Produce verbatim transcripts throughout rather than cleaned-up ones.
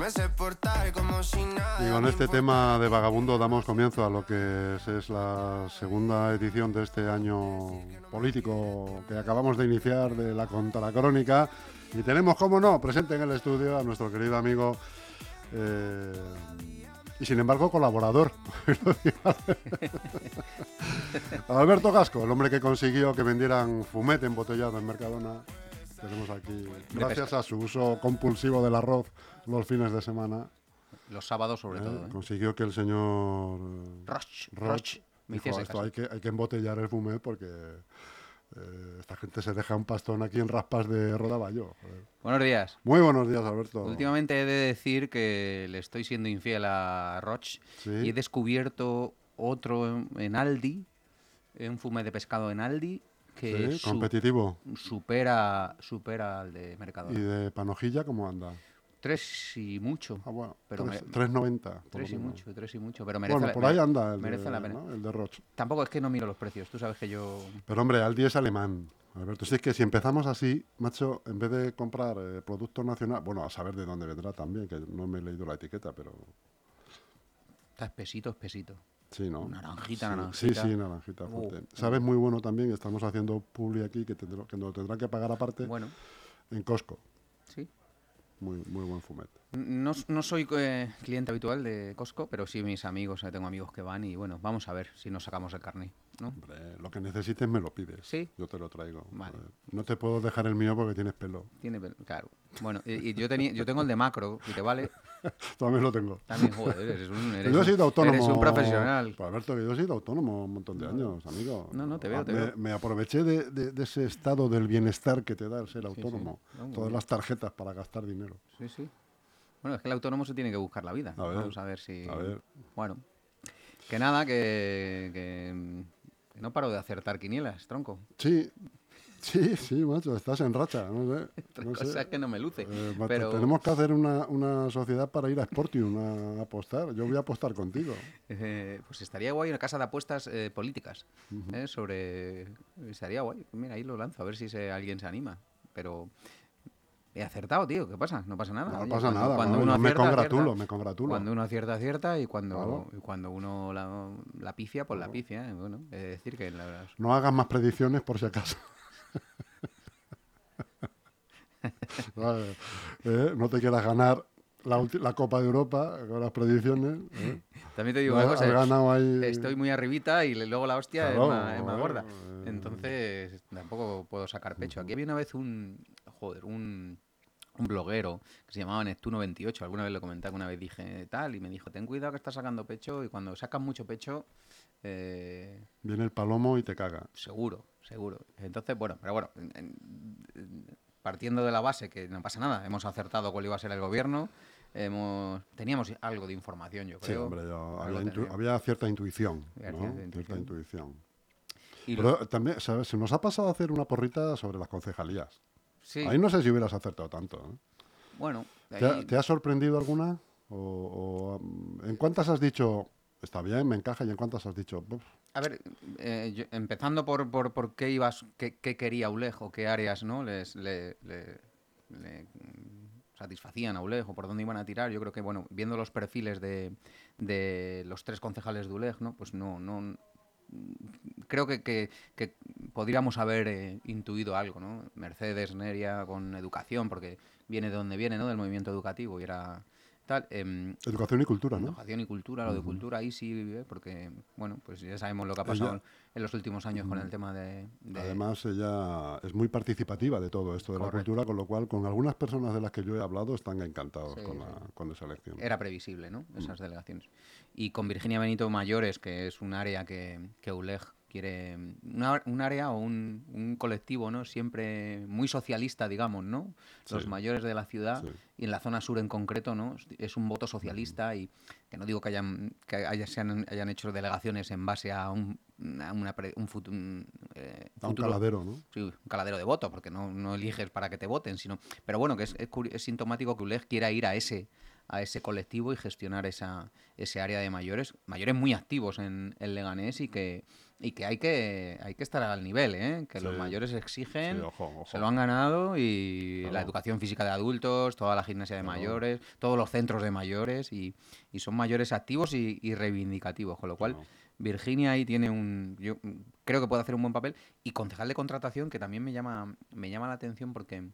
me sé portar como si nada. Y con este tema de Vagabundo damos comienzo a lo que es, es la segunda edición de este año político que acabamos de iniciar de la Contracrónica. Y tenemos, como no, presente en el estudio a nuestro querido amigo eh, y sin embargo colaborador, Alberto Gasco, el hombre que consiguió que vendieran fumet embotellado en Mercadona. Tenemos aquí, gracias a su uso compulsivo del arroz los fines de semana. Los sábados sobre eh, todo. ¿eh? Consiguió que el señor Roch, Roch Roch, me dijo, hiciese esto caso. hay que, hay que embotellar el fumet porque eh, esta gente se deja un pastón aquí en Raspas de Rodaballo. Joder. Buenos días. Muy buenos días, Alberto. Últimamente he de decir que le estoy siendo infiel a Roch ¿Sí? y he descubierto otro en, en Aldi, un fumet de pescado en Aldi que ¿Sí? su- Competitivo. supera, supera al de ¿Y Mercadona. de panojilla cómo anda? Tres y mucho. Ah, bueno, Pero tres- me- tres noventa. por Tres y lo menos. mucho, tres y mucho. Pero merece Bueno, la, por mere- ahí anda el merece de, la pena. ¿no? el de Roch. Tampoco es que no miro los precios. Tú sabes que yo... Pero hombre, Aldi es alemán, Alberto. Si es que si empezamos así, macho, en vez de comprar eh, producto nacional, bueno, a saber de dónde vendrá también, que no me he leído la etiqueta, pero Está espesito, espesito. sí, ¿no? Naranjita, sí, naranjita. Sí, sí, naranjita Uh, fuerte. ¿Sabes? Muy bueno también, estamos haciendo publi aquí, que, tendrá, que nos tendrán que pagar aparte Bueno, en Costco. sí. Muy, muy buen fumet. No, no soy eh, cliente habitual de Costco, pero sí mis amigos, eh, tengo amigos que van y bueno, vamos a ver si nos sacamos el carné, ¿no? Hombre, lo que necesites me lo pides. ¿Sí? Yo te lo traigo. Vale. Joder. No te puedo dejar el mío porque tienes pelo. Tiene, pel- claro. Bueno, y, y yo tenía, yo tengo el de macro, si te vale, También lo tengo. también, joder, eres un, eres Yo he un- sido autónomo. eres un profesional. Pues Alberto, que yo he sido autónomo un montón de años, amigo. No, no, te veo, Ah, te me, veo. me aproveché de, de- de ese estado del bienestar que te da el ser sí. autónomo. No, muy Todas bien. las tarjetas para gastar dinero. Sí, sí. Bueno, es que el autónomo se tiene que buscar la vida. A ver, Vamos a ver si... a ver. Bueno, que nada, que, que, que no paro de acertar quinielas, tronco. Sí, sí, sí, macho, estás en racha. No sé. Otra no sé. cosa es que no me luce. Eh, macho, pero Tenemos que hacer una, una sociedad para ir a Sportium a, a apostar. Yo voy a apostar contigo. eh, pues estaría guay una casa de apuestas eh, políticas. eh, sobre... Estaría guay. Mira, ahí lo lanzo, a ver si se, alguien se anima. Pero... He acertado, tío. ¿Qué pasa? No pasa nada. No Oye, pasa cuando- nada. Cuando no, uno yo me acierta, congratulo, acierta. me congratulo. Cuando uno acierta, acierta. Y cuando, Claro. y cuando uno la, la pifia, pues la pifia. eh, Bueno, es decir que... La, No hagas más predicciones por si acaso. Vale. Eh, no te quieras ganar la, ulti- la Copa de Europa con las predicciones. ¿eh? También te digo No, una has cosa. ganado ahí. Estoy muy arribita y le- luego la hostia Claro, es, más, es más joder, gorda. eh. Entonces tampoco puedo sacar pecho. Aquí había una vez un... Joder, un... Un bloguero que se llamaba Neptuno veintiocho. Alguna vez lo comenté, alguna vez dije tal y me dijo, ten cuidado que estás sacando pecho y cuando sacas mucho pecho, eh, Viene el palomo y te caga. seguro, seguro. Entonces, bueno, pero bueno, en- en- en- partiendo de la base que no pasa nada, hemos acertado cuál iba a ser el gobierno, hemos teníamos algo de información, yo Sí, creo. hombre, yo- Algo había, intu- teníamos. había cierta intuición. Había ¿no? cierta Cierta intuición. intuición. Y lo- Pero también, ¿sabes? Se nos ha pasado a hacer una porrita sobre las concejalías. sí, Ahí no sé si hubieras acertado tanto. ¿eh? bueno, ¿Te, ha, ahí- te ha sorprendido alguna? O, o, um, ¿En cuántas has dicho, está bien, me encaja, y en cuántas has dicho, "Uf"? A ver, eh, yo- empezando por, por, por qué ibas, qué, qué quería ULEG o qué áreas no les le, le- le, mm, satisfacían a ULEG o por dónde iban a tirar, yo creo que bueno, viendo los perfiles de, de los tres concejales de ULEG, ¿no? Pues no, no creo que, que, que podríamos haber eh, intuido algo, ¿no? Mercedes Neria con educación, porque viene de donde viene, ¿no? Del movimiento educativo y era tal. em, Educación y cultura, ¿no? Educación y cultura, lo de cultura ahí sí, eh, porque, bueno, pues ya sabemos lo que ha pasado Ella- en los últimos años con el tema de... de- Además, ella es muy participativa de todo esto de la Correcto. cultura, con lo cual, con algunas personas de las que yo he hablado, están encantados Sí, con, la, sí. con esa elección. Era previsible, ¿no? Esas delegaciones. Y con Virginia Benito Mayores, que es un área que, que ULEG quiere... Una, un área o un, un colectivo, ¿no? Siempre muy socialista, digamos, ¿no? Los Sí. mayores de la ciudad, Sí. y en la zona sur en concreto, ¿no? Es un voto socialista y que no digo que hayan, que haya- se han, hayan hecho delegaciones en base a un, a una pre- un, futu- un, eh, A un futuro... caladero, ¿no? Sí, un caladero de voto, porque no, no eliges para que te voten, sino... Pero bueno, que es, es, curi- es sintomático que ULEG quiera ir a ese a ese colectivo y gestionar esa ese área de mayores, mayores muy activos en, en Leganés y que y que hay que hay que estar al nivel, ¿eh? Que Sí. los mayores exigen, Sí, ojo, ojo. se lo han ganado y Claro. la educación física de adultos, toda la gimnasia de Claro. mayores, todos los centros de mayores y, y son mayores activos y, y reivindicativos, con lo cual Claro. Virginia ahí tiene un, yo mm, creo que puede hacer un buen papel y concejal de contratación que también me llama me llama la atención porque en,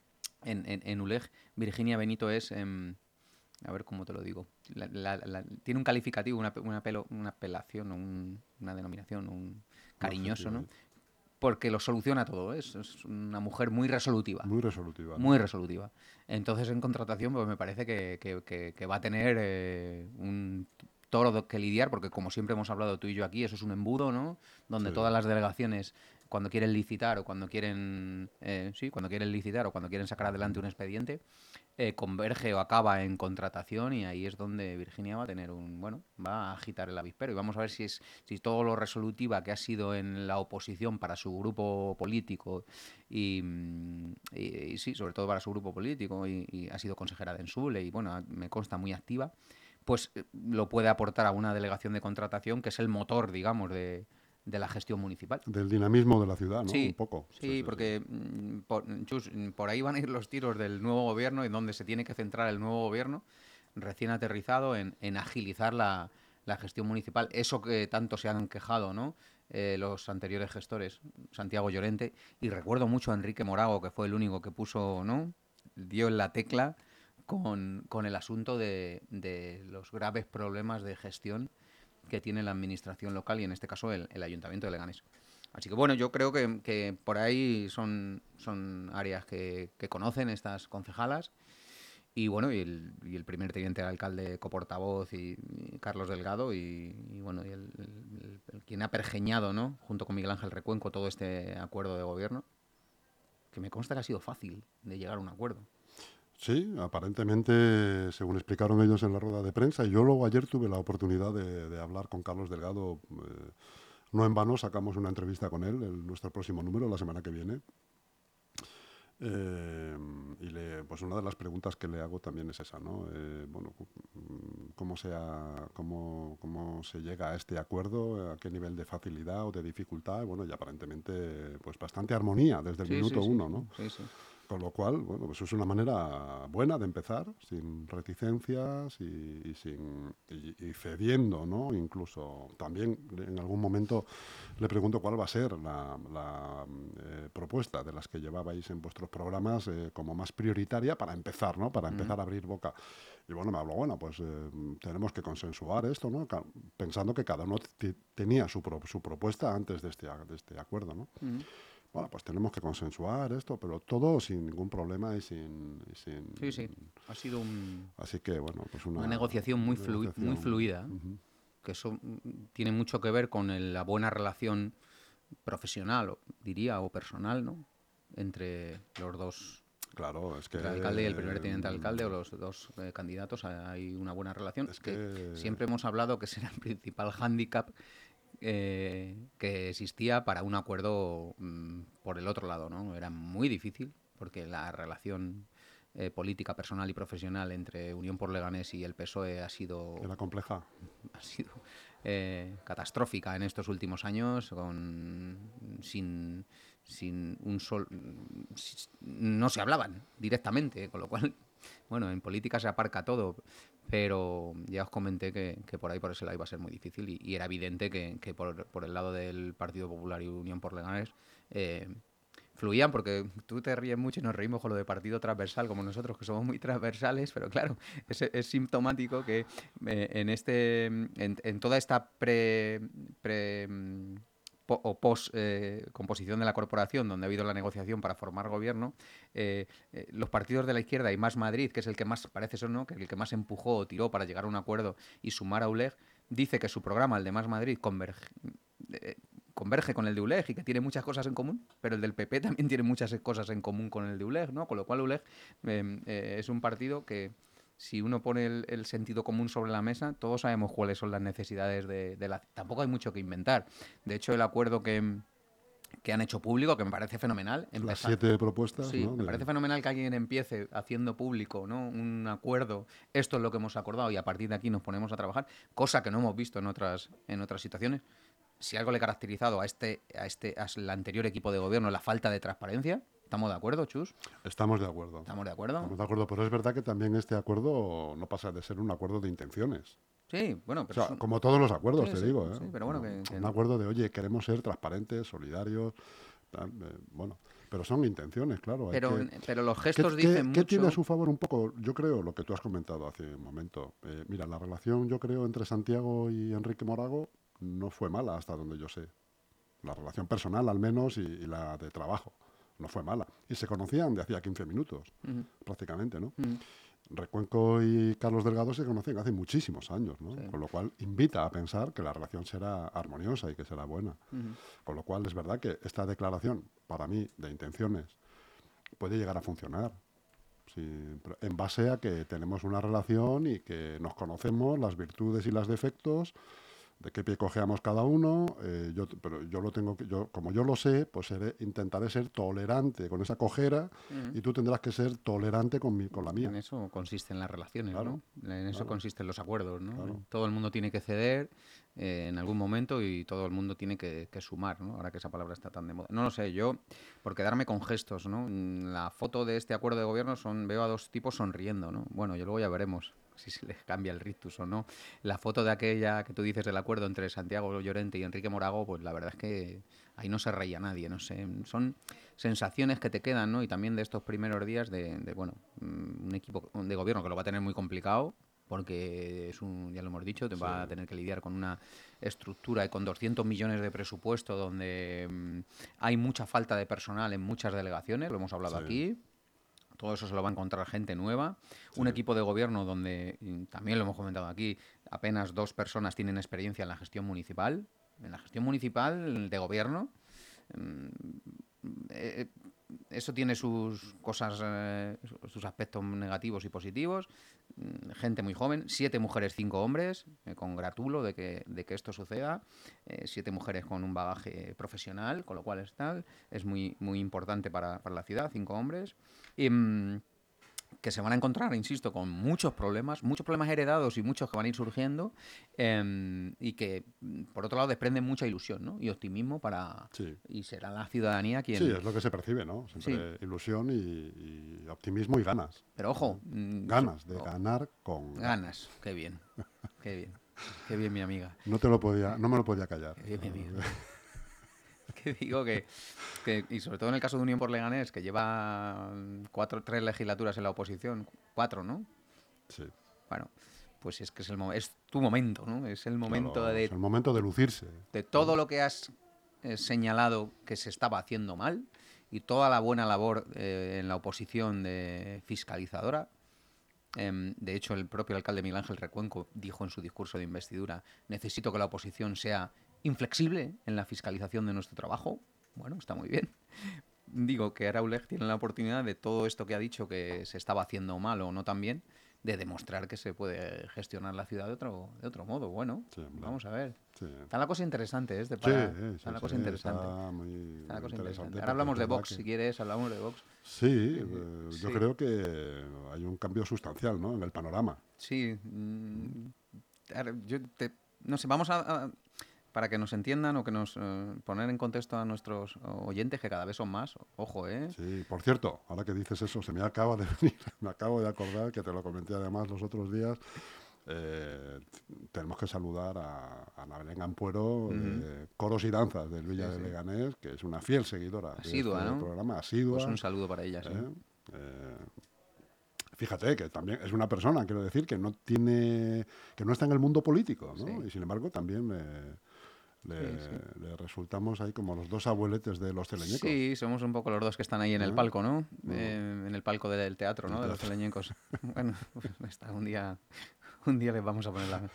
en, en U L E G Virginia Benito es em, a ver cómo te lo digo. La- la- la- tiene un calificativo, una, pe- una, pelo- una apelación, o un- una denominación, un cariñoso, adjetivo, ¿no? ¿eh? Porque lo soluciona todo. ¿eh? Es, es una mujer muy resolutiva. Muy resolutiva, ¿no? Muy resolutiva. Entonces, en contratación, pues me parece que, que- que- que va a tener eh, un toro do- que lidiar, porque como siempre hemos hablado tú y yo aquí, eso es un embudo, ¿no? Donde Sí. todas las delegaciones, cuando quieren licitar o cuando quieren, eh, sí, cuando quieren licitar o cuando quieren sacar adelante un expediente, eh, converge o acaba en contratación y ahí es donde Virginia va a tener un, bueno, va a agitar el avispero y vamos a ver si es si todo lo resolutiva que ha sido en la oposición para su grupo político y, mm, y- y sí, sobre todo para su grupo político y, y ha sido consejera de Ensule y bueno, me consta muy activa, pues eh, lo puede aportar a una delegación de contratación que es el motor, digamos, de, de la gestión municipal. Del dinamismo de la ciudad, ¿no? Un Sí, poco. Sí, sí, sí, porque mm, por, Chus, mm, por ahí van a ir los tiros del nuevo gobierno y donde se tiene que centrar el nuevo gobierno recién aterrizado en, en agilizar la, la gestión municipal. Eso que tanto se han quejado, ¿no? Eh, los anteriores gestores, Santiago Llorente, y recuerdo mucho a Enrique Morago, que fue el único que puso, ¿no? Dio en la tecla con, con el asunto de, de los graves problemas de gestión que tiene la administración local y en este caso el, el Ayuntamiento de Leganés. Así que bueno, yo creo que, que por ahí son, son áreas que, que conocen estas concejalas y bueno, y el, y el primer teniente de alcalde coportavoz y, y Carlos Delgado y, y bueno, y el, el- el- quien ha pergeñado, ¿no? Junto con Miguel Ángel Recuenco todo este acuerdo de gobierno, que me consta que ha sido fácil de llegar a un acuerdo. Sí, aparentemente, según explicaron ellos en la rueda de prensa, y yo luego ayer tuve la oportunidad de, de hablar con Carlos Delgado, eh, no en vano, sacamos una entrevista con él en nuestro próximo número, la semana que viene. Eh, y le, pues una de las preguntas que le hago también es esa, ¿no? Eh, bueno, ¿cómo se, ha- cómo, cómo se llega a este acuerdo? ¿A qué nivel de facilidad o de dificultad? Bueno, y aparentemente, pues bastante armonía desde el Sí, sí, minuto sí, uno, sí, ¿no? sí, sí. Con lo cual, bueno, pues es una manera buena de empezar, sin reticencias y, y sin, y, y cediendo, ¿no? Incluso también en algún momento le pregunto cuál va a ser la, la, eh, propuesta de las que llevabais en vuestros programas eh, como más prioritaria para empezar, ¿no? Para empezar a abrir boca. Y bueno, me habló, bueno, pues eh, tenemos que consensuar esto, ¿no? Ca- Pensando que cada uno t- tenía su, pro- su propuesta antes de este, a- de este acuerdo, ¿no? Ujú. Bueno, pues tenemos que consensuar esto, pero todo sin ningún problema y sin... y sin- Sí, sí. Ha sido un- Así que, bueno, pues una... una negociación muy, una flui- muy negociación, fluida, ¿eh? ujú. Que eso mm, tiene mucho que ver con el- la buena relación profesional, o, diría, o personal, ¿no? Entre los dos, Claro, es que... entre el alcalde y el primer teniente mm, alcalde, o los dos eh, candidatos, hay una buena relación. Es que que... siempre hemos hablado que será el principal hándicap eh, que existía para un acuerdo mm, por el otro lado, ¿no? Era muy difícil, porque la relación eh, política, personal y profesional entre Unión por Leganés y el P S O E ha sido Era compleja. ha sido eh, catastrófica en estos últimos años, con sin, sin un sol, si- no se hablaban directamente, con lo cual, bueno, en política se aparca todo, pero ya os comenté que, que por ahí por ese lado iba a ser muy difícil y, y era evidente que, que por, por el lado del Partido Popular y Unión por Leganés eh, fluían, porque tú te ríes mucho y nos reímos con lo de partido transversal, como nosotros que somos muy transversales, pero claro, es, es sintomático que eh, en este en, en toda esta pre, pre mm, po- o post eh, composición de la corporación, donde ha habido la negociación para formar gobierno, eh, eh, los partidos de la izquierda y Más Madrid, que es el que más, parece ser, ¿no?, que el que más empujó o tiró para llegar a un acuerdo y sumar a U L E G, dice que su programa, el de Más Madrid, converge, eh, converge con el de U L E G y que tiene muchas cosas en común, pero el del P P también tiene muchas cosas en común con el de U L E G, ¿no? Con lo cual U L E G eh, eh, es un partido que, si uno pone el, el sentido común sobre la mesa, todos sabemos cuáles son las necesidades de, de la... Tampoco hay mucho que inventar. De hecho, el acuerdo que, que han hecho público, que me parece fenomenal... Las empezar- siete propuestas, Sí, ¿no? me De- parece fenomenal que alguien empiece haciendo público, ¿no?, un acuerdo, esto es lo que hemos acordado y a partir de aquí nos ponemos a trabajar, cosa que no hemos visto en otras, en otras situaciones. si algo le ha caracterizado a este, a este, al anterior equipo de gobierno, la falta de transparencia. ¿Estamos de acuerdo, Chus? Estamos de acuerdo. ¿Estamos de acuerdo? Estamos de acuerdo, pero es verdad que también este acuerdo no pasa de ser un acuerdo de intenciones. Sí, bueno, pero O sea, es un- como todos los acuerdos, Sí, te sí, digo. ¿eh? sí, pero bueno, que- que un no. acuerdo de, oye, queremos ser transparentes, solidarios, tal, eh, bueno, pero son intenciones, claro. hay pero, que- pero los ¿Qué, gestos qué- dicen qué mucho. tiene a su favor un poco? Yo creo lo que tú has comentado hace un momento. Eh, mira, la relación, yo creo, entre Santiago y Enrique Morago no fue mala hasta donde yo sé. La relación personal, al menos, y, y la de trabajo. No fue mala. Y se conocían de hacía quince minutos, Ujú, prácticamente, ¿no? ujú. Recuenco y Carlos Delgado se conocen hace muchísimos años, ¿no? Sí. Con lo cual invita a pensar que la relación será armoniosa y que será buena. Ujú. Con lo cual es verdad que esta declaración, para mí, de intenciones, puede llegar a funcionar. Sí, pero en base a que tenemos una relación y que nos conocemos, las virtudes y los defectos, de qué pie cojeamos cada uno, eh, yo, pero yo lo tengo que, yo, como yo lo sé, pues seré, intentaré ser tolerante con esa cojera Ujú. y tú tendrás que ser tolerante con, mi, con la mía. En eso consisten las relaciones, Claro, ¿no? En eso claro. consisten los acuerdos, ¿no? Claro. Todo el mundo tiene que ceder eh, en algún momento y todo el mundo tiene que, que sumar, ¿no? Ahora que esa palabra está tan de moda. No lo sé, yo, por quedarme con gestos, ¿no? Mm, La foto de este acuerdo de gobierno son, veo a dos tipos sonriendo, ¿no? Bueno, yo luego ya veremos si se les cambia el rictus o no. La foto de aquella que tú dices del acuerdo entre Santiago Llorente y Enrique Morago, pues la verdad es que ahí no se reía nadie, no sé. Son sensaciones que te quedan, ¿no? Y también de estos primeros días de, de, bueno, mm, un equipo de gobierno que lo va a tener muy complicado, porque es un, ya lo hemos dicho, te va Sí. a tener que lidiar con una estructura y con doscientos millones de presupuesto donde mm, hay mucha falta de personal en muchas delegaciones, lo hemos hablado Sí. aquí. Todo eso se lo va a encontrar gente nueva. Un Sí. equipo de gobierno donde, y también lo hemos comentado aquí, apenas dos personas tienen experiencia en la gestión municipal. En la gestión municipal de gobierno, mm, eh, eso tiene sus cosas, eh, sus aspectos negativos y positivos. Mm, Gente muy joven, siete mujeres, cinco hombres. Me congratulo de que, de que esto suceda. Eh, siete mujeres con un bagaje profesional, con lo cual es tal. Es muy, muy importante para, para la ciudad, cinco hombres. Y, mm, que se van a encontrar, insisto, con muchos problemas, muchos problemas heredados y muchos que van a ir surgiendo, eh, y que, mm, por otro lado, desprenden mucha ilusión, ¿no? Y optimismo para... Sí. Y será la ciudadanía quien... Sí, es lo que se percibe, ¿no? Siempre ilusión y, y optimismo y ganas. Pero ojo... mm, Ganas de oh, ganar con ganas. ganas. Qué bien. Qué bien. Qué bien, mi amiga. No te lo podía, no me lo podía callar. Qué bien, mi amiga. Que digo que, que, y sobre todo en el caso de Unión por Leganés, que lleva mm, cuatro, tres legislaturas en la oposición, cuatro, ¿no? Sí. Bueno, pues es que es, el, mo- es tu momento, ¿no? Es el momento Claro, de es el momento de lucirse. de todo lo que has eh, señalado que se estaba haciendo mal y toda la buena labor eh, en la oposición de fiscalizadora. Em, de hecho, el propio alcalde Miguel Ángel Recuenco dijo en su discurso de investidura: necesito que la oposición sea inflexible en la fiscalización de nuestro trabajo. Bueno, está muy bien. Digo que Arauleg tiene la oportunidad de todo esto que ha dicho que se estaba haciendo mal o no tan bien, de demostrar que se puede gestionar la ciudad de otro, de otro modo. Bueno, Sí, hombre. vamos a ver. Sí, Está la cosa interesante, ¿eh? Este sí, para- sí, está la sí, cosa interesante. está muy, Está la muy cosa interesante. interesante. porque Ahora hablamos es de verdad Vox, que- si quieres, hablamos de Vox. Sí, eh, yo sí. creo que hay un cambio sustancial, ¿no? En el panorama. Sí. mm, ahora, yo te- no sé, vamos a, a- para que nos entiendan o que nos eh, poner en contexto a nuestros oyentes, que cada vez son más. Ojo, ¿eh? Sí, por cierto, ahora que dices eso, se me acaba de venir, me acabo de acordar que te lo comenté además los otros días. Eh, tenemos que saludar a Ana Belén Ampuero, Ujú. de Coros y Danzas del Villa Sí, de sí. Leganés, que es una fiel seguidora Asidua, de este ¿no? programa, asidua. Pues un saludo para ella, sí. ¿eh? Eh, fíjate que también es una persona, quiero decir, que no tiene, que no está en el mundo político, ¿no? Sí. Y sin embargo también le, le, Sí, sí. le resultamos ahí como los dos abueletes de los teleñecos. Sí, somos un poco los dos que están ahí en el ¿Eh? palco, ¿no? No. Eh, en el palco del teatro, ¿no? Del De los teatro. teleñecos. Bueno, pues está un día, un día les vamos a poner la...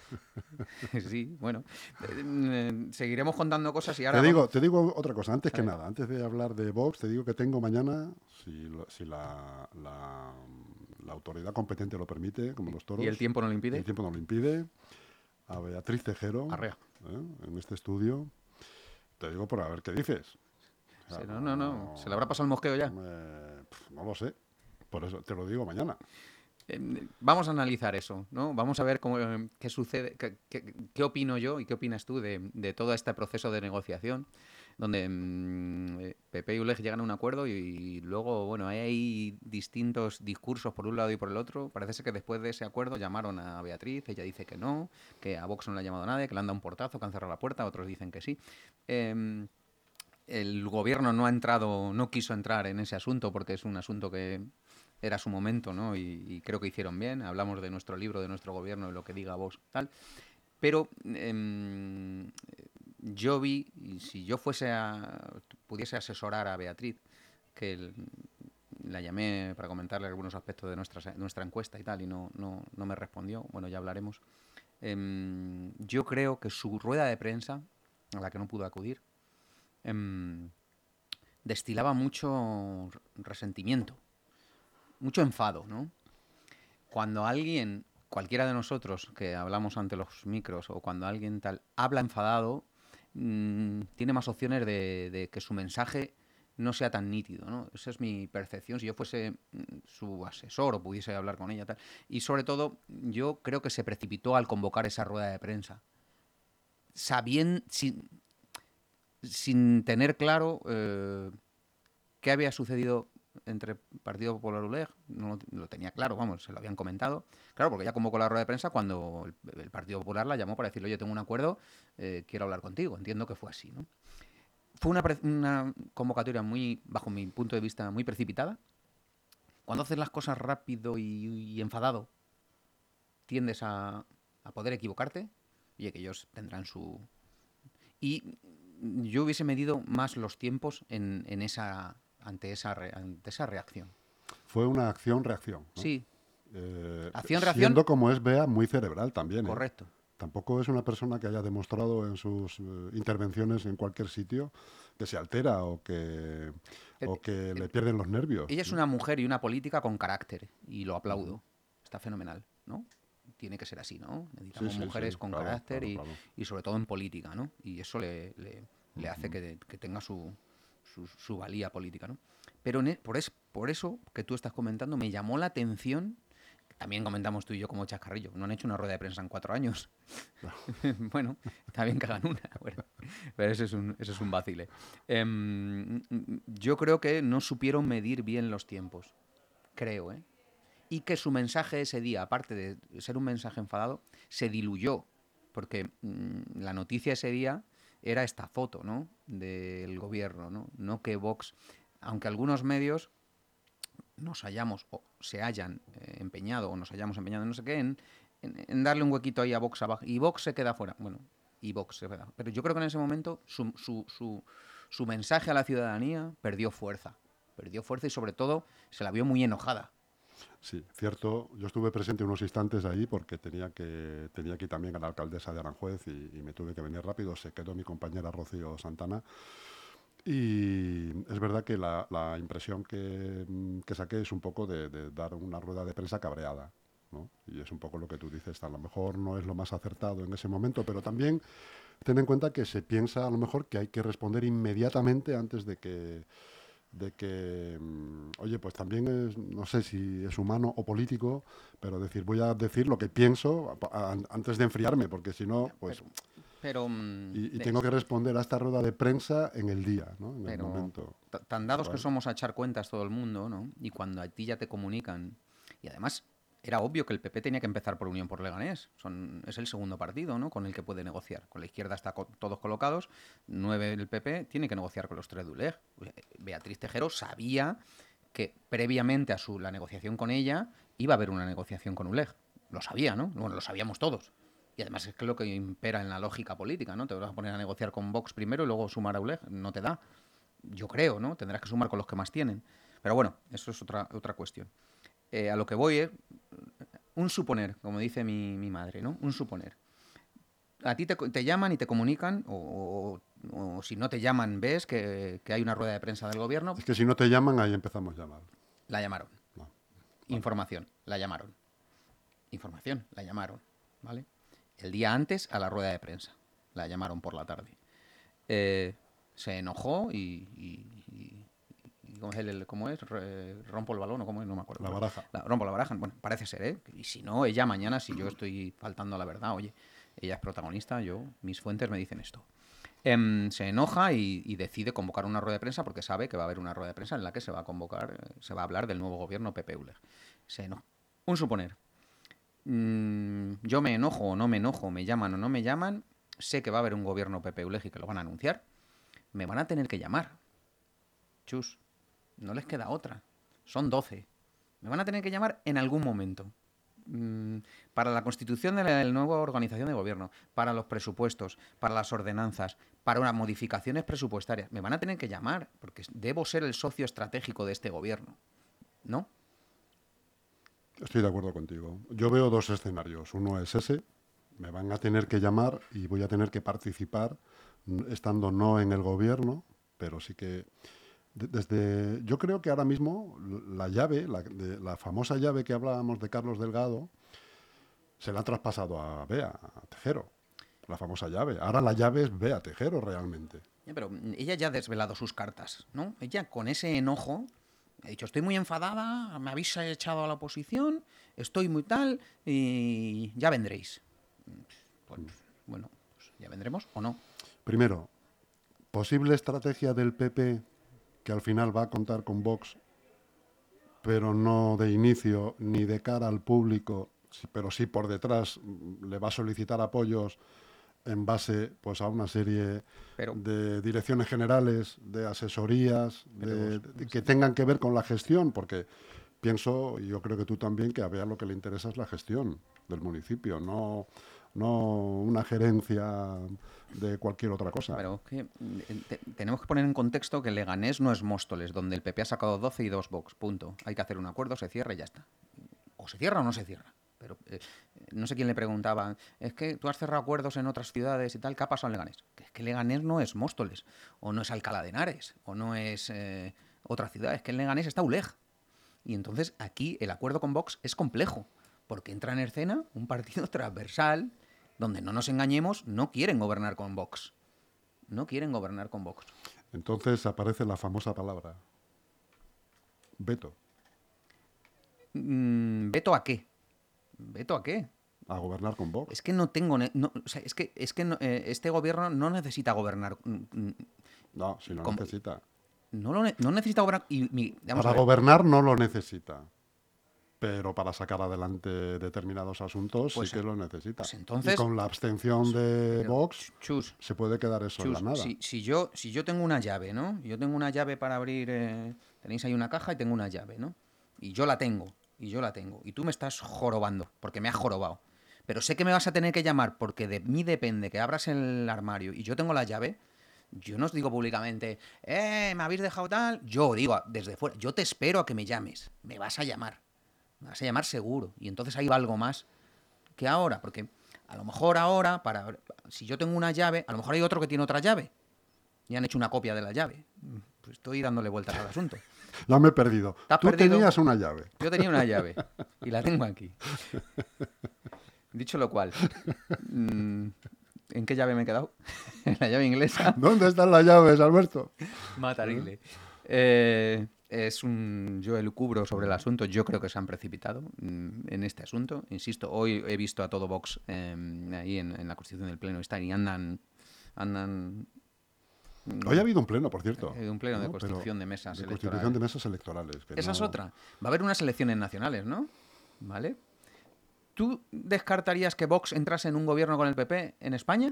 Sí, bueno. Eh, eh, seguiremos contando cosas y ahora... Te digo, vamos- te digo otra cosa, antes que A ver. nada, antes de hablar de Vox, te digo que tengo mañana, si, lo- si la, la, la autoridad competente lo permite, como los toros, ¿Y el tiempo no lo impide? el tiempo no lo impide, a Beatriz Tejero, Arrea. ¿eh? en este estudio. Te digo por a ver qué dices. O sea, Sí, no, no, no. ¿Se le habrá pasado el mosqueo ya? eh, pf, no lo sé. Por eso te lo digo mañana. Eh, vamos a analizar eso, ¿no? Vamos a ver cómo, eh, qué sucede, qué, qué- qué opino yo y qué opinas tú de, de todo este proceso de negociación, donde mm, eh, P P y ULEG llegan a un acuerdo y, y luego, bueno, hay ahí distintos discursos por un lado y por el otro. Parece ser que después de ese acuerdo llamaron a Beatriz, ella dice que no, que a Vox no le ha llamado nadie, que le han dado un portazo, que han cerrado la puerta, otros dicen que sí. Em, el gobierno no ha entrado, no quiso entrar en ese asunto porque es un asunto que era su momento, ¿no? Y, y creo que hicieron bien. Hablamos de nuestro libro, de nuestro gobierno, de lo que diga Vox, tal. Pero em, yo vi, y si yo fuese a, pudiese asesorar a Beatriz, que el- la llamé para comentarle algunos aspectos de nuestra, nuestra encuesta y tal, y no, no, no me respondió, bueno, ya hablaremos. Em, yo creo que su rueda de prensa, a la que no pudo acudir, em, destilaba mucho resentimiento, mucho enfado, ¿no? Cuando alguien, cualquiera de nosotros que hablamos ante los micros o cuando alguien tal habla enfadado, mmm, tiene más opciones de, de que su mensaje no sea tan nítido, ¿no? Esa es mi percepción. Si yo fuese mm, su asesor o pudiese hablar con ella, tal. Y sobre todo, yo creo que se precipitó al convocar esa rueda de prensa, sabiendo, sin, sin tener claro eh, qué había sucedido entre Partido Popular y ULEG, no lo, lo tenía claro, vamos, se lo habían comentado. Claro, porque ya convocó la rueda de prensa cuando el, el Partido Popular la llamó para decirle, oye, tengo un acuerdo, eh, quiero hablar contigo. Entiendo que fue así, ¿no? Fue una, una convocatoria muy, bajo mi punto de vista, muy precipitada. Cuando haces las cosas rápido y, y enfadado, tiendes a, a poder equivocarte. Oye, que ellos tendrán su... Y yo hubiese medido más los tiempos en, en esa, ante, esa re, ante esa reacción. Fue una acción-reacción, ¿no? Sí, Eh, acción-reacción, siendo como es Bea muy cerebral también, ¿eh? correcto. Tampoco es una persona que haya demostrado en sus eh, intervenciones en cualquier sitio que se altera o que, Eh, o que eh, le pierden los nervios, Ella es ¿no? una mujer y una política con carácter, y lo Ujú. aplaudo. Está fenomenal, ¿no? Tiene que ser así, ¿no? Sí, Necesitamos sí, sí, mujeres con claro, carácter claro, y, claro. y sobre todo en política, ¿no? Y eso le, le, le hace Ujú. que, que tenga su, su, su valía política, ¿no? Pero en e- por, es, por eso que tú estás comentando me llamó la atención. También comentamos tú y yo como chascarrillo. No han hecho una rueda de prensa en cuatro años. Bueno, está bien que hagan una. Bueno, pero eso es un, eso es un vacile. Em, yo creo que no supieron medir bien los tiempos. Creo, ¿eh? Y que su mensaje ese día, aparte de ser un mensaje enfadado, se diluyó. Porque mm, la noticia ese día era esta foto, ¿no? Del gobierno, ¿no? No que Vox, aunque algunos medios nos hayamos o se hayan eh, empeñado o nos hayamos empeñado en no sé qué, en, en, en, darle un huequito ahí a Vox abajo. Y Vox se queda fuera. Bueno, y Vox se queda. Pero yo creo que en ese momento su, su, su, su mensaje a la ciudadanía perdió fuerza. Perdió fuerza y sobre todo se la vio muy enojada. Sí, cierto. Yo estuve presente unos instantes ahí porque tenía que tenía aquí también a la alcaldesa de Aranjuez y, y me tuve que venir rápido. Se quedó mi compañera Rocío Santana. Y es verdad que la, la impresión que, que saqué es un poco de, de dar una rueda de prensa cabreada, ¿no? Y es un poco lo que tú dices, a lo mejor no es lo más acertado en ese momento, pero también ten en cuenta que se piensa a lo mejor que hay que responder inmediatamente antes de que, de que mm, oye, pues también es, no sé si es humano o político, pero decir, voy a decir lo que pienso a- a- antes de enfriarme, porque si no, Ya, pues pero, pero, mm, y, y tengo es- que responder a esta rueda de prensa en el día, ¿no? En el pero momento. t- tan dados que Bueno, somos a echar cuentas todo el mundo, ¿no? Y cuando a ti ya te comunican, y además era obvio que el P P tenía que empezar por Unión por Leganés. Son, es el segundo partido, ¿no? Con el que puede negociar. Con la izquierda está co- todos colocados, nueve el P P, tiene que negociar con los tres de ULEG. Beatriz Tejero sabía que previamente a su, la negociación con ella iba a haber una negociación con ULEG. Lo sabía, ¿no? Bueno, lo sabíamos todos. Y además es que lo que impera en la lógica política, ¿no? Te vas a poner a negociar con Vox primero y luego sumar a ULEG. No te da. Yo creo, ¿no? Tendrás que sumar con los que más tienen. Pero bueno, eso es otra, otra cuestión. Eh, a lo que voy es un suponer, como dice mi, mi madre, ¿no? Un suponer. A ti te, te llaman y te comunican, o, o, o si no te llaman, ves que, que hay una rueda de prensa del gobierno, es que si no te llaman, ahí empezamos ya mal. la llamaron. No, vale. Información, la llamaron. Información, la llamaron, ¿vale? El día antes a la rueda de prensa, la llamaron por la tarde. Eh, se enojó y, y, y, ¿cómo es? El, ¿cómo es? Re- rompo el balón o cómo es, no me acuerdo. La baraja. La- rompo la baraja. Bueno, parece ser, ¿eh? Y si no, ella mañana, si yo estoy faltando a la verdad, oye, ella es protagonista, yo, mis fuentes me dicen esto. Em, se enoja y, y decide convocar una rueda de prensa porque sabe que va a haber una rueda de prensa en la que se va a convocar, eh, se va a hablar del nuevo gobierno P P-ULEG. Se enoja. Un suponer. Mm, yo me enojo o no me enojo, me llaman o no me llaman, sé que va a haber un gobierno P P-ULEG y que lo van a anunciar, me van a tener que llamar. Chus, no les queda otra. Son doce. Me van a tener que llamar en algún momento. Mm, para la constitución de la, de la nueva organización de gobierno, para los presupuestos, para las ordenanzas, para unas modificaciones presupuestarias. Me van a tener que llamar, porque debo ser el socio estratégico de este gobierno. ¿No? Estoy de acuerdo contigo. Yo veo dos escenarios. Uno es ese, me van a tener que llamar y voy a tener que participar, n- estando no en el gobierno, pero sí que de- desde, yo creo que ahora mismo l- la llave, la, de- la famosa llave que hablábamos de Carlos Delgado, se la han traspasado a Bea, a Tejero, la famosa llave. Ahora la llave es Bea Tejero realmente. Ya, pero mm, ella ya ha desvelado sus cartas, ¿no? Ella con ese enojo ha dicho, estoy muy enfadada, me habéis echado a la oposición, estoy muy tal y ya vendréis. Pues, bueno, pues ya vendremos o no. Primero, posible estrategia del P P que al final va a contar con Vox, pero no de inicio ni de cara al público, sí- pero sí por detrás mm, le va a solicitar apoyos en base pues a una serie Pero, de direcciones generales, de asesorías, de- pero de- que tengan que ver con la gestión, porque pienso, y yo creo que tú también, que a Bea lo que le interesa es la gestión del municipio, no, no una gerencia de cualquier otra cosa. pero que, mm, te- tenemos que poner en contexto que Leganés no es Móstoles, donde el P P ha sacado doce y dos Vox, punto. Hay que hacer un acuerdo, se cierra y ya está. O se cierra o no se cierra. Pero eh, no sé quién le preguntaba, es que tú has cerrado acuerdos en otras ciudades y tal, ¿qué ha pasado en Leganés? Que es que Leganés no es Móstoles, o no es Alcalá de Henares, o no es eh, otra ciudad, es que en Leganés está ULEG. Y entonces aquí el acuerdo con Vox es complejo, porque entra en escena un partido transversal donde, no nos engañemos, no quieren gobernar con Vox. No quieren gobernar con Vox. Entonces aparece la famosa palabra, veto, Mm, ¿veto a qué? ¿Veto a qué? a gobernar con Vox. Es que no tengo... ne- no, o sea, es que, es que no- eh, este gobierno no necesita gobernar. mm, mm, No, si lo como- necesita. No, lo ne- no necesita gobernar... Y, mi- vamos a Para ver, gobernar no lo necesita, pero para sacar adelante determinados asuntos Pues, sí que lo necesita. pues entonces- y con la abstención de pero, Vox Chus, se puede quedar eso Chus, en la nada. si, si yo, si yo tengo una llave, ¿no? Yo tengo una llave para abrir... eh, tenéis ahí una caja y tengo una llave, ¿no? Y yo la tengo, y yo la tengo. Y tú me estás jorobando, porque me has jorobado. Pero sé que me vas a tener que llamar porque de mí depende que abras el armario y yo tengo la llave. Yo no os digo públicamente, eh, me habéis dejado tal. Yo digo desde fuera, yo te espero a que me llames. Me vas a llamar. Me vas a llamar seguro. Y entonces ahí va algo más que ahora. Porque a lo mejor ahora, para si yo tengo una llave, a lo mejor hay otro que tiene otra llave. Y han hecho una copia de la llave. Pues estoy dándole vueltas al asunto. No me he perdido. ¿Te has Tú perdido? tenías una llave. Yo tenía una llave y la tengo aquí. Dicho lo cual, mm, ¿en qué llave me he quedado? En la llave inglesa. ¿Dónde están las llaves, Alberto? Matarile. Eh, es un. Yo elucubro sobre el asunto. Yo creo que se han precipitado mm, en este asunto. Insisto, hoy he visto a todo Vox eh, ahí en, en la constitución del Pleno. Están y andan. andan Hoy ha habido un pleno, por cierto. Eh, un pleno de ¿no? constitución Pero de mesas de electorales. constitución de mesas electorales. que Esa es no- otra. Va a haber unas elecciones nacionales, ¿no? ¿Vale? ¿Tú descartarías que Vox entrase en un gobierno con el P P en España?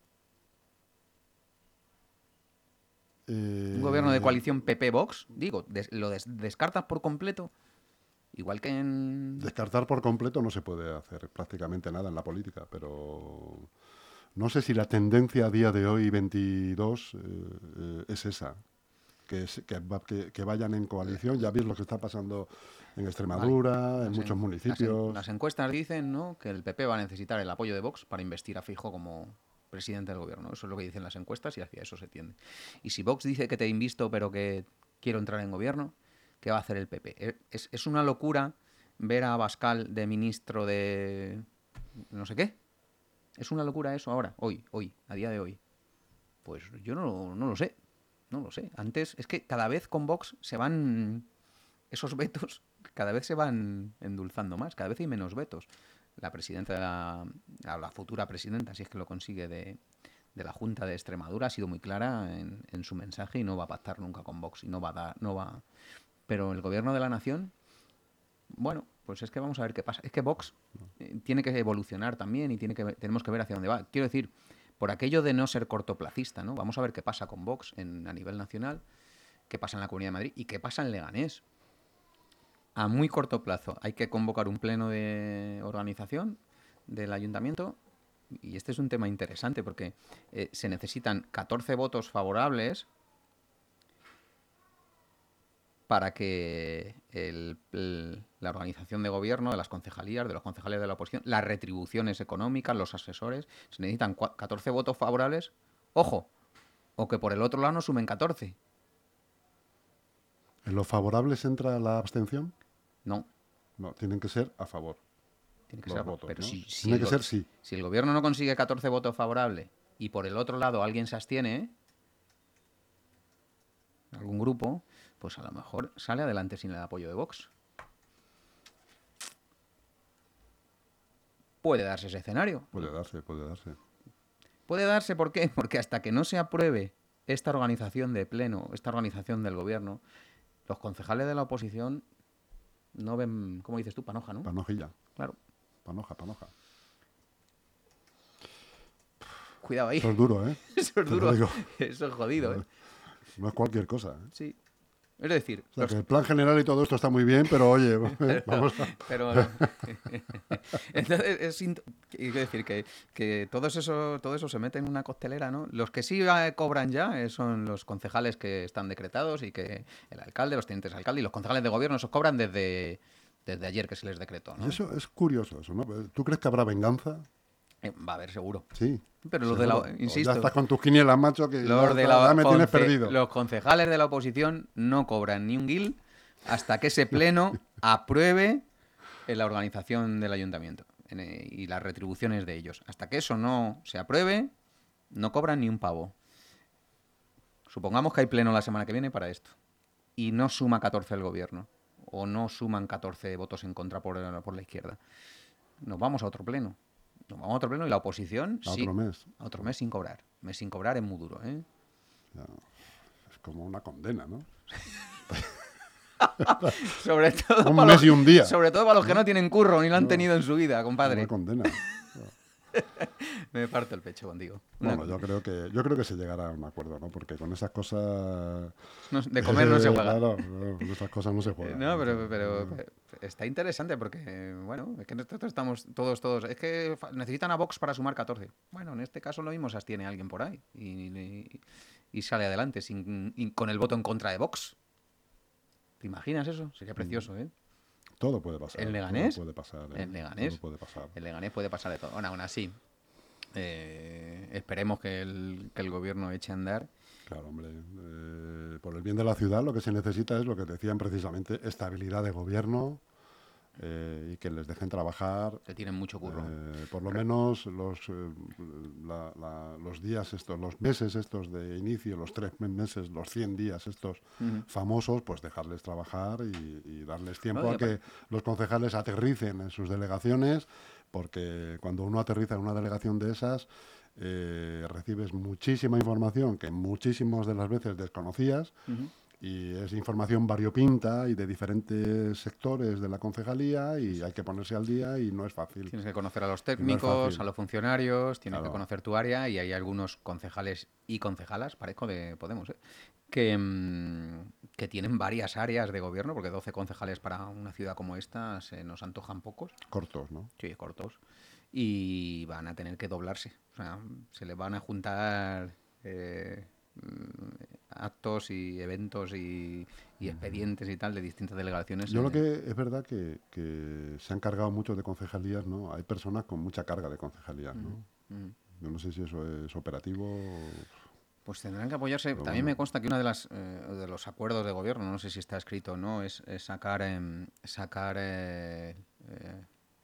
Eh, ¿Un gobierno de coalición P P-Vox? Digo, des- ¿lo des- descartas por completo? Igual que en... Descartar por completo no se puede hacer prácticamente nada en la política, pero no sé si la tendencia a día de hoy, veintidós, eh, eh, es esa. Que, es- que, va- que- que vayan en coalición. Ya veis lo que está pasando en Extremadura, Vale. en Las muchos en- municipios. Las, en- las encuestas dicen, ¿no?, que el P P va a necesitar el apoyo de Vox para investir a Feijóo como presidente del gobierno. Eso es lo que dicen las encuestas y hacia eso se tiende. Y si Vox dice que te invisto pero que quiero entrar en gobierno, ¿qué va a hacer el P P? Es, es una locura ver a Abascal de ministro de no sé qué. Es una locura eso ahora, hoy, hoy, a día de hoy. Pues yo no, no lo sé. No lo sé. Antes, es que cada vez con Vox se van... Esos vetos cada vez se van endulzando más, cada vez hay menos vetos. La presidenta, de la, la futura presidenta, si es que lo consigue, de, de la Junta de Extremadura, ha sido muy clara en, en su mensaje y no va a pactar nunca con Vox. Y no va a dar, no va... Pero el gobierno de la nación, bueno, pues es que vamos a ver qué pasa. Es que Vox eh, tiene que evolucionar también y tiene que, tenemos que ver hacia dónde va. Quiero decir, por aquello de no ser cortoplacista, ¿no? Vamos a ver qué pasa con Vox en, a nivel nacional, qué pasa en la Comunidad de Madrid y qué pasa en Leganés. A muy corto plazo hay que convocar un pleno de organización del ayuntamiento y este es un tema interesante porque eh, se necesitan catorce votos favorables para que el, el, la organización de gobierno, de las concejalías, de los concejales de la oposición, las retribuciones económicas, los asesores, se necesitan catorce votos favorables, ojo, o que por el otro lado no sumen catorce. ¿En los favorables entra la abstención? No. No, tienen que ser a favor. Tiene que los ser a votos, pero ¿no? si, si Tiene que el, ser sí. Si el gobierno no consigue catorce votos favorables y por el otro lado alguien se abstiene, ¿eh? algún grupo, pues a lo mejor sale adelante sin el apoyo de Vox. Puede darse ese escenario. Puede darse, puede darse. Puede darse, ¿por qué? Porque hasta que no se apruebe esta organización de pleno, esta organización del gobierno, los concejales de la oposición no ven, ¿cómo dices tú? Panoja, ¿no? Panojilla. Claro. Panoja, panoja. Cuidado ahí. Eso es duro, ¿eh? Eso es duro. Eso es jodido, ¿eh? No es cualquier cosa, ¿eh? Sí. Es decir... O sea, los... que el plan general y todo esto está muy bien, pero oye, vamos a... Pero... Entonces, es, es decir, que, que todo, eso, todo eso se mete en una costelera, ¿no? Los que sí cobran ya son los concejales que están decretados y que el alcalde, los tenientes de alcalde y los concejales de gobierno esos cobran desde, desde ayer que se les decretó, ¿no? Y eso es curioso, eso, ¿no? ¿Tú crees que habrá venganza? Eh, va a haber, seguro. Sí. Pero los de la... Insisto... Ya estás con tus quinielas, macho, que los ya, de la, ya me conce, tienes perdido. Los concejales de la oposición no cobran ni un guil hasta que ese pleno apruebe la organización del ayuntamiento y las retribuciones de ellos. Hasta que eso no se apruebe, no cobran ni un pavo. Supongamos que hay pleno la semana que viene para esto y no suma catorce el gobierno o no suman catorce votos en contra por, por la izquierda. Nos vamos a otro pleno. Nos vamos a otro pleno y la oposición... A sí, otro mes. A otro mes sin cobrar. Mes sin cobrar es muy duro, ¿eh? Ya, es como una condena, ¿no? Sobre todo un para mes los, y un día. Sobre todo para los que no tienen curro ni lo han no, tenido en su vida, compadre. Una condena. Me parto el pecho contigo. Bueno, yo creo que yo creo que se llegará a un acuerdo, ¿no? Porque con esas cosas... No, de comer no se juega. Claro, no, con esas cosas no se juega. No, pero, pero, pero está interesante porque, bueno, es que nosotros estamos todos, todos... Es que necesitan a Vox para sumar catorce. Bueno, en este caso lo mismo se abstiene alguien por ahí y, y, y sale adelante sin, y con el voto en contra de Vox. ¿Te imaginas eso? Sería precioso, ¿eh? Todo puede pasar. ¿En Leganés? Todo puede pasar. ¿eh? ¿En Leganés? Todo puede pasar. En Leganés puede pasar de todo. Bueno, aún así, eh, esperemos que el, que el gobierno eche a andar. Claro, hombre. Eh, por el bien de la ciudad lo que se necesita es lo que decían precisamente, estabilidad de gobierno eh, y que les dejen trabajar. Que tienen mucho curro. Eh, por lo menos los, eh, la, la, los días estos, los meses estos de inicio, los tres meses, los cien días estos uh-huh. famosos, pues dejarles trabajar y, y darles tiempo no, a que los concejales aterricen en sus delegaciones, porque cuando uno aterriza en una delegación de esas, eh, recibes muchísima información que muchísimas de las veces desconocías. Uh-huh. Y es información variopinta y de diferentes sectores de la concejalía y hay que ponerse al día y no es fácil. Tienes que conocer a los técnicos, no a los funcionarios, tienes claro. que conocer tu área y hay algunos concejales y concejalas, parezco de Podemos, ¿eh? que, mmm, que tienen varias áreas de gobierno, porque doce concejales para una ciudad como esta se nos antojan pocos. Cortos, ¿no? Sí, cortos. Y van a tener que doblarse. O sea, se les van a juntar... Eh, actos y eventos y, y expedientes y tal de distintas delegaciones. Yo lo que es verdad que, que se han cargado mucho de concejalías, ¿no? Hay personas con mucha carga de concejalías, ¿no? Mm. Yo no sé si eso es operativo. O... Pues tendrán que apoyarse. Pero También bueno. me consta que uno de las eh, de los acuerdos de gobierno, no sé si está escrito o no, es, es sacar eh, sacar eh, eh,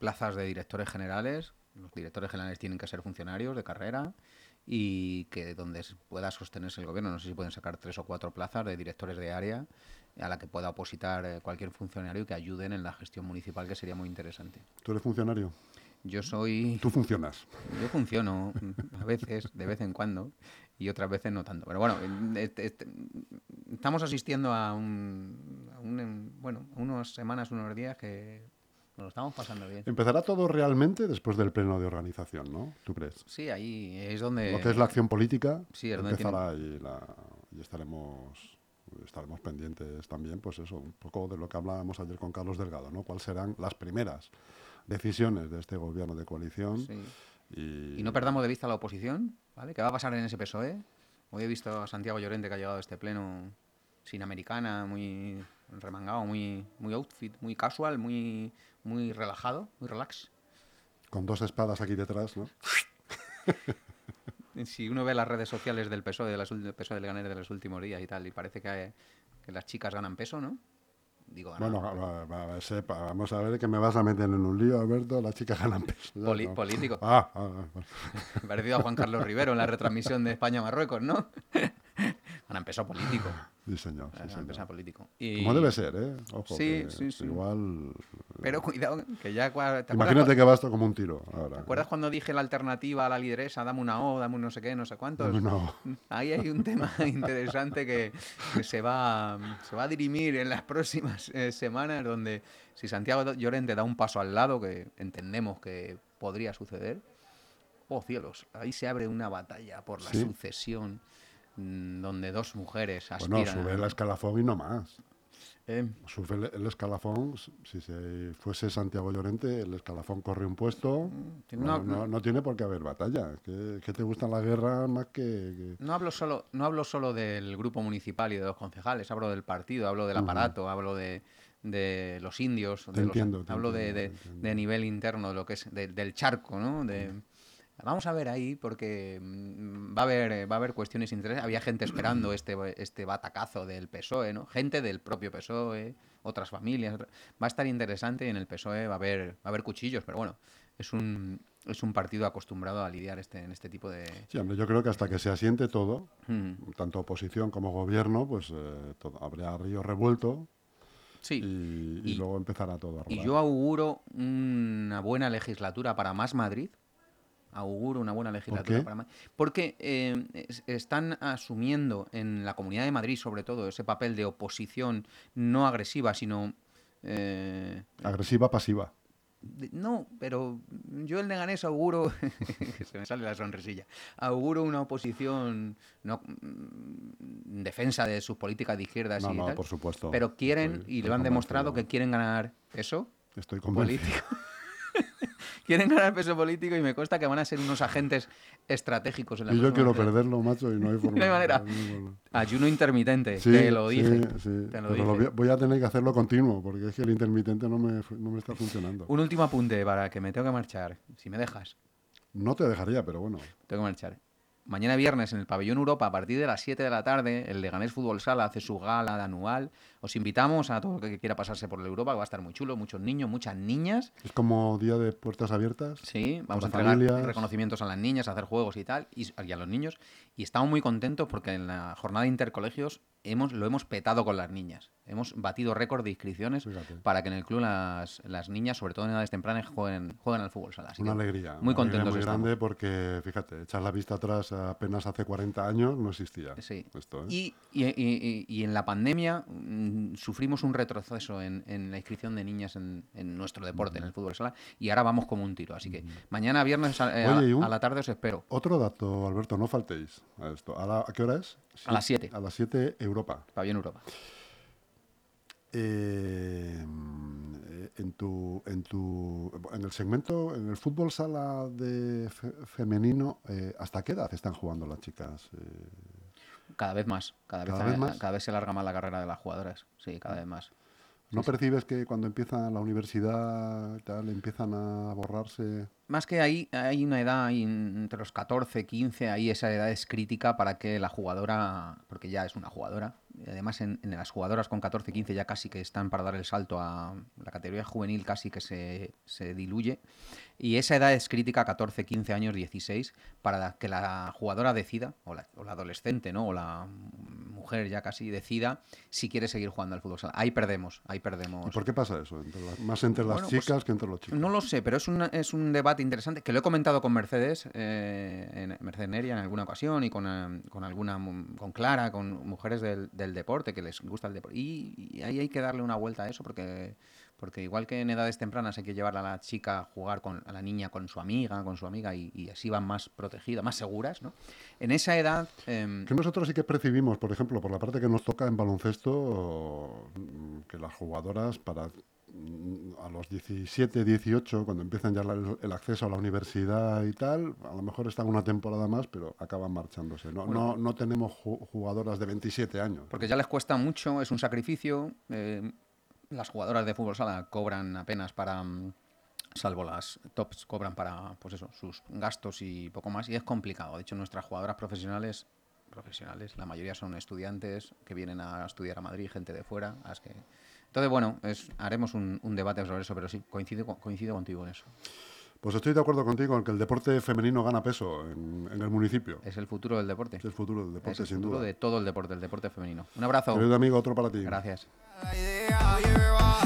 plazas de directores generales. Los directores generales tienen que ser funcionarios de carrera y que donde pueda sostenerse el gobierno, no sé si pueden sacar tres o cuatro plazas de directores de área a la que pueda opositar eh, cualquier funcionario que ayuden en la gestión municipal, que sería muy interesante. ¿Tú eres funcionario? Yo soy... ¿Tú funcionas? Yo funciono a veces, de vez en cuando, y otras veces no tanto. Pero bueno, este, este, estamos asistiendo a un, a un... Bueno, a unas semanas, unos días que nos lo estamos pasando bien. Empezará todo realmente después del pleno de organización, ¿no? ¿Tú crees? Sí, ahí es donde... Lo que es la acción política sí, es donde empezará tiene... y, la, y estaremos... estaremos pendientes también, pues eso, un poco de lo que hablábamos ayer con Carlos Delgado, ¿no? ¿Cuáles serán las primeras decisiones de este gobierno de coalición? Sí. Y... y no perdamos de vista la oposición, ¿vale? ¿Qué va a pasar en ese P S O E? Hoy he visto a Santiago Llorente, que ha llegado a este pleno sin americana, muy remangado, muy, muy outfit, muy casual, muy, muy relajado, muy relax. Con dos espadas aquí detrás, ¿no? Si uno ve las redes sociales del P S O E, de las, del P S O E de Leganés de los últimos días y tal, y parece que, que las chicas ganan peso, ¿no? Digo, bueno, va, va, va, sepa, vamos a ver que me vas a meter en un lío, Alberto. Las chicas ganan peso. Poli no. Político. Ah, ah, ah. Parecido a Juan Carlos Rivero en la retransmisión de España-Marruecos, ¿no? Ganan peso político. Sí, señor. Sí, Ganan señor. peso político. Y... Como debe ser, ¿eh? Ojo, sí, que, sí, sí. Igual... Pero cuidado, que ya... ¿te Imagínate que va esto como un tiro ahora. ¿Te acuerdas cuando dije la alternativa a la lideresa? Dame una O, dame un no sé qué, no sé cuántos. No. Ahí hay un tema interesante que, que se, va, se va a dirimir en las próximas eh, semanas, donde si Santiago Llorente da un paso al lado, que entendemos que podría suceder, oh cielos, ahí se abre una batalla por la ¿Sí? sucesión, mmm, donde dos mujeres aspiran... Bueno, sube el escalafón y no más. Eh, Sube el, el escalafón, si se fuese Santiago Llorente, el escalafón corre un puesto, no, no, no, no tiene por qué haber batalla. Que, que te gusta la guerra más que... que... No hablo solo, no hablo solo del grupo municipal y de los concejales, hablo del partido, hablo del aparato, uh-huh. hablo de, de los indios, de entiendo, los, te hablo entiendo, de, de, de nivel interno, de lo que es de, del charco, ¿no? De, uh-huh. Vamos a ver ahí, porque va a haber, va a haber cuestiones interesantes. Había gente esperando este, este batacazo del P S O E, ¿no? Gente del propio P S O E, otras familias. Otras... Va a estar interesante y en el P S O E va a haber, va a haber cuchillos, pero bueno, es un, es un partido acostumbrado a lidiar este, en este tipo de... Sí, hombre, yo creo que hasta que se asiente todo, mm. tanto oposición como gobierno, pues eh, todo, habrá río revuelto. Sí. Y, y, y luego empezará todo a rodar. Y yo auguro una buena legislatura para Más Madrid. Auguro una buena legislatura ¿Por para Madrid. Porque eh, es, están asumiendo en la Comunidad de Madrid, sobre todo, ese papel de oposición no agresiva, sino... Eh, agresiva pasiva. De, no, pero yo el Leganés auguro... que se me sale la sonrisilla. Auguro una oposición no, en defensa de sus políticas de izquierdas no, y no, tal. por supuesto. Pero quieren, estoy, y estoy lo han demostrado, que quieren ganar eso. Estoy convencido. Político. Quieren ganar peso político y me consta que van a ser unos agentes estratégicos en la Y yo quiero legislatura. perderlo, macho, y no hay forma. No hay manera. Ayuno intermitente, sí, te lo dije. Sí, sí. Te lo Pero dije. Lo voy a tener que hacerlo continuo, porque es que el intermitente no me, no me está funcionando. Un último apunte para que me tengo que marchar, si me dejas. No te dejaría, pero bueno. Tengo que marchar. Mañana viernes en el Pabellón Europa, a partir de las siete de la tarde, el Leganés Fútbol Sala hace su gala anual. Os invitamos a todo el que quiera pasarse por el Europa, que va a estar muy chulo, muchos niños, muchas niñas. Es como día de puertas abiertas. Sí, vamos a entregar familias. reconocimientos a las niñas, a hacer juegos y tal, y, y a los niños. Y estamos muy contentos porque en la jornada de intercolegios hemos, lo hemos petado con las niñas. Hemos batido récord de inscripciones Fíjate. para que en el club las, las niñas, sobre todo en edades tempranas, jueguen, jueguen al fútbol sala. Así una alegría. Muy una contentos alegría muy estamos. grande porque, fíjate, echar la vista atrás apenas hace cuarenta años no existía. Sí. Esto, ¿eh? y, y, y, y en la pandemia mmm, sufrimos un retroceso en, en la inscripción de niñas en, en nuestro deporte, mm. en el fútbol sala, y ahora vamos como un tiro. Así que mm. mañana viernes a, eh, Oye, un, a la tarde os espero. Otro dato, Alberto, no faltéis a esto. ¿A, la, ¿a qué hora es? Sí, a las siete. A las siete, Europa. Pabellón Europa. Eh, en tu en tu en el segmento en el fútbol sala de fe, femenino eh, ¿hasta qué edad están jugando las chicas? Eh, cada vez más cada, cada vez, vez más cada vez se alarga más la carrera de las jugadoras, sí, cada vez más. ¿No Sí, sí. percibes que cuando empiezan la universidad y tal, empiezan a borrarse? Más que ahí, hay una edad ahí entre los catorce, quince, ahí esa edad es crítica para que la jugadora, porque ya es una jugadora, y además en, en las jugadoras con catorce, quince ya casi que están para dar el salto a la categoría juvenil, casi que se, se diluye. Y esa edad es crítica, catorce, quince años, dieciséis, para que la jugadora decida, o la, o la adolescente, ¿no? O la mujer ya casi decida si quiere seguir jugando al fútbol sala. Ahí perdemos, ahí ¿Y perdemos. por qué pasa eso? Entre la- más entre las Bueno, pues chicas que entre los chicos. no lo sé, pero es un, es un debate interesante que lo he comentado con Mercedes, eh, en Mercedes Neria en alguna ocasión y con, eh, con alguna, mu- con Clara, con mujeres del, del deporte que les gusta el deporte. Y, y ahí hay que darle una vuelta a eso porque, porque igual que en edades tempranas hay que llevar a la chica a jugar con a la niña con su amiga, con su amiga y, y así van más protegidas, más seguras, ¿no? En esa edad, em, Que nosotros sí que percibimos, por ejemplo, por la parte que nos toca en baloncesto, mm, que las jugadoras para mm, a los diecisiete, dieciocho, cuando empiezan ya la- el, el acceso a la universidad y tal, a lo mejor están una temporada más, pero acaban marchándose. No, bueno, no, no tenemos ju- jugadoras de veintisiete años. porque ya les cuesta mucho, es un sacrificio. eh, las jugadoras de fútbol sala cobran apenas para, mm, salvo las tops, cobran para, pues eso, sus gastos y poco más, y es complicado. De hecho, nuestras jugadoras profesionales, profesionales, la mayoría son estudiantes que vienen a estudiar a Madrid, gente de fuera. a las que... Entonces, bueno, es, haremos un, un debate sobre eso, pero sí, coincido, con- coincido contigo en eso. Pues estoy de acuerdo contigo en que el deporte femenino gana peso en, en el municipio. Es el futuro del deporte. Es el futuro del Es deporte, el sin futuro duda. de todo el deporte, el deporte femenino. Un abrazo. Querido amigo, otro para ti. Gracias. La idea, oye,